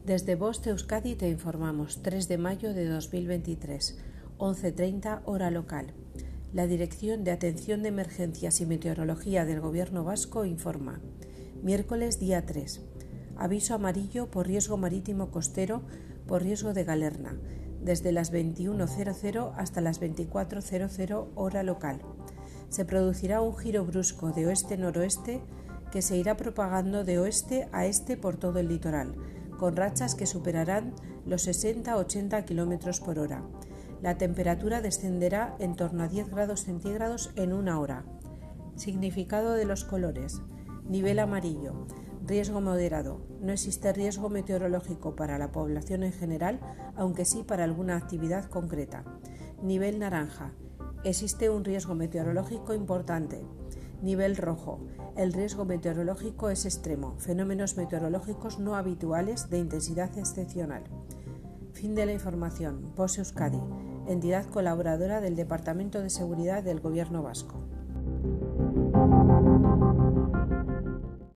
Desde Voz de Euskadi te informamos 3 de mayo de 2023, 11:30 hora local. La Dirección de Atención de Emergencias y Meteorología del Gobierno Vasco informa. Miércoles día 3. Aviso amarillo por riesgo marítimo costero por riesgo de galerna, desde las 21:00 hasta las 24:00 hora local. Se producirá un giro brusco de oeste-noroeste que se irá propagando de oeste a este por todo el litoral, con rachas que superarán los 60-80 km por hora. La temperatura descenderá en torno a 10 grados centígrados en una hora. Significado de los colores. Nivel amarillo. Riesgo moderado. No existe riesgo meteorológico para la población en general, aunque sí para alguna actividad concreta. Nivel naranja. Existe un riesgo meteorológico importante. Nivel rojo. El riesgo meteorológico es extremo. Fenómenos meteorológicos no habituales de intensidad excepcional. Fin de la información. Voz Euskadi, entidad colaboradora del Departamento de Seguridad del Gobierno Vasco.